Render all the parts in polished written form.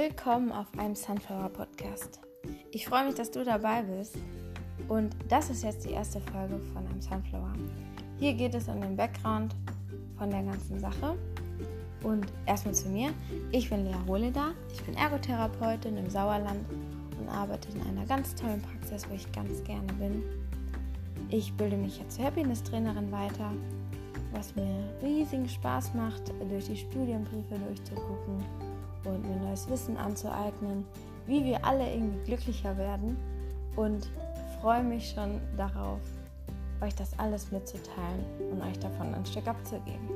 Willkommen auf einem Sunflower Podcast. Ich freue mich, dass du dabei bist und das ist jetzt die erste Folge von einem Sunflower. Hier geht es um den Background von der ganzen Sache und erstmal zu mir. Ich bin Lea Rohleder, ich bin Ergotherapeutin im Sauerland und arbeite in einer ganz tollen Praxis, wo ich ganz gerne bin. Ich bilde mich jetzt zur Happiness-Trainerin weiter, was mir riesigen Spaß macht, durch die Studienbriefe durchzugucken und mir neues Wissen anzueignen, wie wir alle irgendwie glücklicher werden, und freue mich schon darauf, euch das alles mitzuteilen und euch davon ein Stück abzugeben.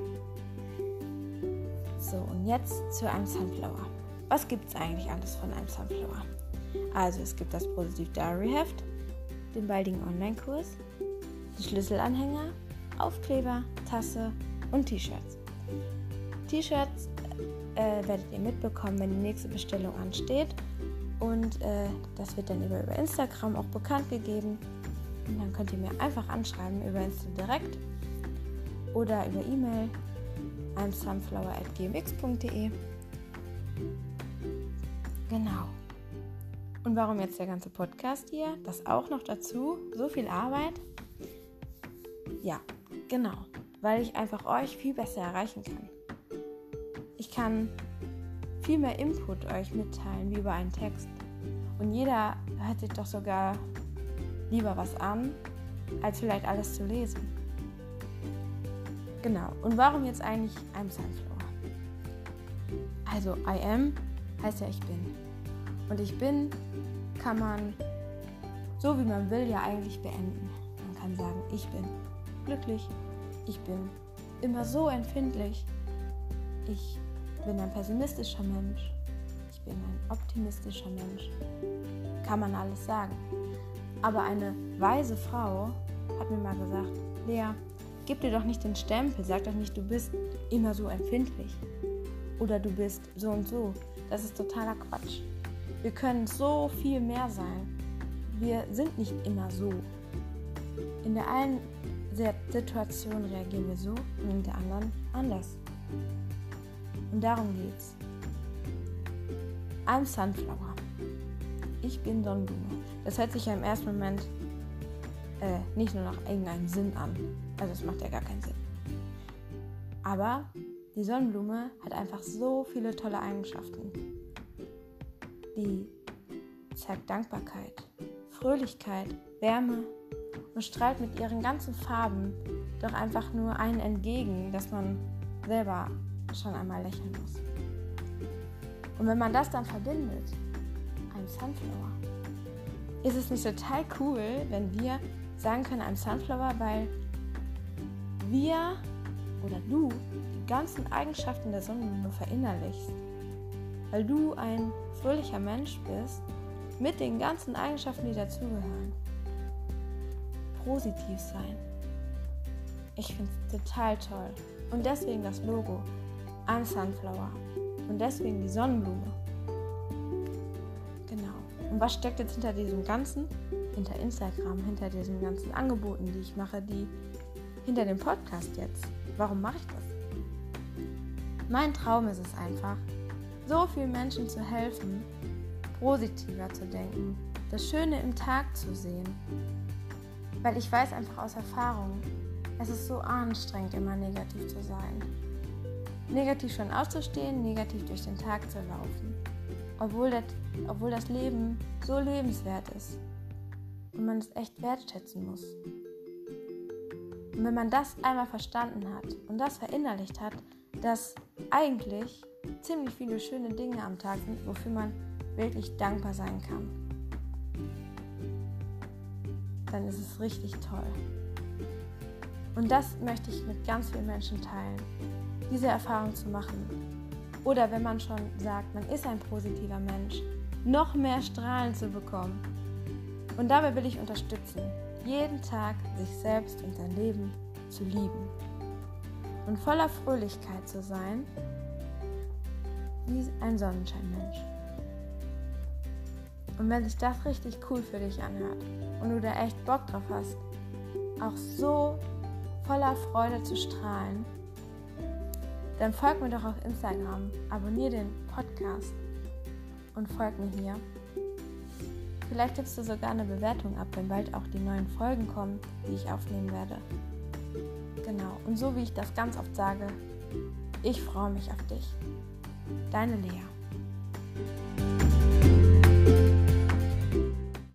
So, und jetzt zu einem Sunflower. Was gibt es eigentlich alles von einem Sunflower? Also es gibt das Positiv Diary Heft, den baldigen Online-Kurs, die Schlüsselanhänger, Aufkleber, Tasse und T-Shirts. T-Shirts werdet ihr mitbekommen, wenn die nächste Bestellung ansteht, und das wird dann über Instagram auch bekannt gegeben, und dann könnt ihr mir einfach anschreiben über Insta direkt oder über E-Mail imsunflower@gmx.de. Genau. Und warum jetzt der ganze Podcast hier? Das auch noch dazu, so viel Arbeit? Ja, genau, weil ich einfach euch viel besser erreichen kann. Ich kann viel mehr Input euch mitteilen, wie über einen Text. Und jeder hört sich doch sogar lieber was an, als vielleicht alles zu lesen. Genau, und warum jetzt eigentlich I'm Sunflower? Also I am heißt ja ich bin. Und ich bin kann man, so wie man will, ja eigentlich beenden. Man kann sagen, ich bin glücklich, ich bin immer so empfindlich, ich bin ein pessimistischer Mensch, ich bin ein optimistischer Mensch. Kann man alles sagen. Aber eine weise Frau hat mir mal gesagt, Lea, gib dir doch nicht den Stempel, sag doch nicht, du bist immer so empfindlich oder du bist so und so. Das ist totaler Quatsch. Wir können so viel mehr sein. Wir sind nicht immer so. In der einen Situation reagieren wir so und in der anderen anders. Und darum geht's. I'm Sunflower. Ich bin Sonnenblume. Das hört sich ja im ersten Moment nicht nur nach irgendeinem Sinn an. Also es macht ja gar keinen Sinn. Aber die Sonnenblume hat einfach so viele tolle Eigenschaften. Die zeigt Dankbarkeit, Fröhlichkeit, Wärme und strahlt mit ihren ganzen Farben doch einfach nur einen entgegen, dass man selber schon einmal lächeln muss. Und wenn man das dann verbindet, ein Sunflower, ist es nicht total cool, wenn wir sagen können, ein Sunflower, weil wir oder du die ganzen Eigenschaften der Sonnenblume verinnerlichst. Weil du ein fröhlicher Mensch bist, mit den ganzen Eigenschaften, die dazugehören. Positiv sein. Ich finde es total toll. Und deswegen das Logo. I'm Sunflower. Und deswegen die Sonnenblume. Genau. Und was steckt jetzt hinter diesem Ganzen? Hinter Instagram, hinter diesen ganzen Angeboten, die ich mache, hinter dem Podcast jetzt. Warum mache ich das? Mein Traum ist es einfach, so vielen Menschen zu helfen, positiver zu denken, das Schöne im Tag zu sehen. Weil ich weiß einfach aus Erfahrung, es ist so anstrengend, immer negativ zu sein. Negativ schon aufzustehen, negativ durch den Tag zu laufen. Obwohl das Leben so lebenswert ist und man es echt wertschätzen muss. Und wenn man das einmal verstanden hat und das verinnerlicht hat, dass eigentlich ziemlich viele schöne Dinge am Tag sind, wofür man wirklich dankbar sein kann, dann ist es richtig toll. Und das möchte ich mit ganz vielen Menschen teilen, diese Erfahrung zu machen. Oder wenn man schon sagt, man ist ein positiver Mensch, noch mehr Strahlen zu bekommen. Und dabei will ich unterstützen, jeden Tag sich selbst und sein Leben zu lieben. Und voller Fröhlichkeit zu sein, wie ein Sonnenscheinmensch. Und wenn sich das richtig cool für dich anhört und du da echt Bock drauf hast, auch so voller Freude zu strahlen, dann folg mir doch auf Instagram, abonniere den Podcast und folg mir hier. Vielleicht gibst du sogar eine Bewertung ab, wenn bald auch die neuen Folgen kommen, die ich aufnehmen werde. Genau, und so wie ich das ganz oft sage, ich freue mich auf dich. Deine Lea.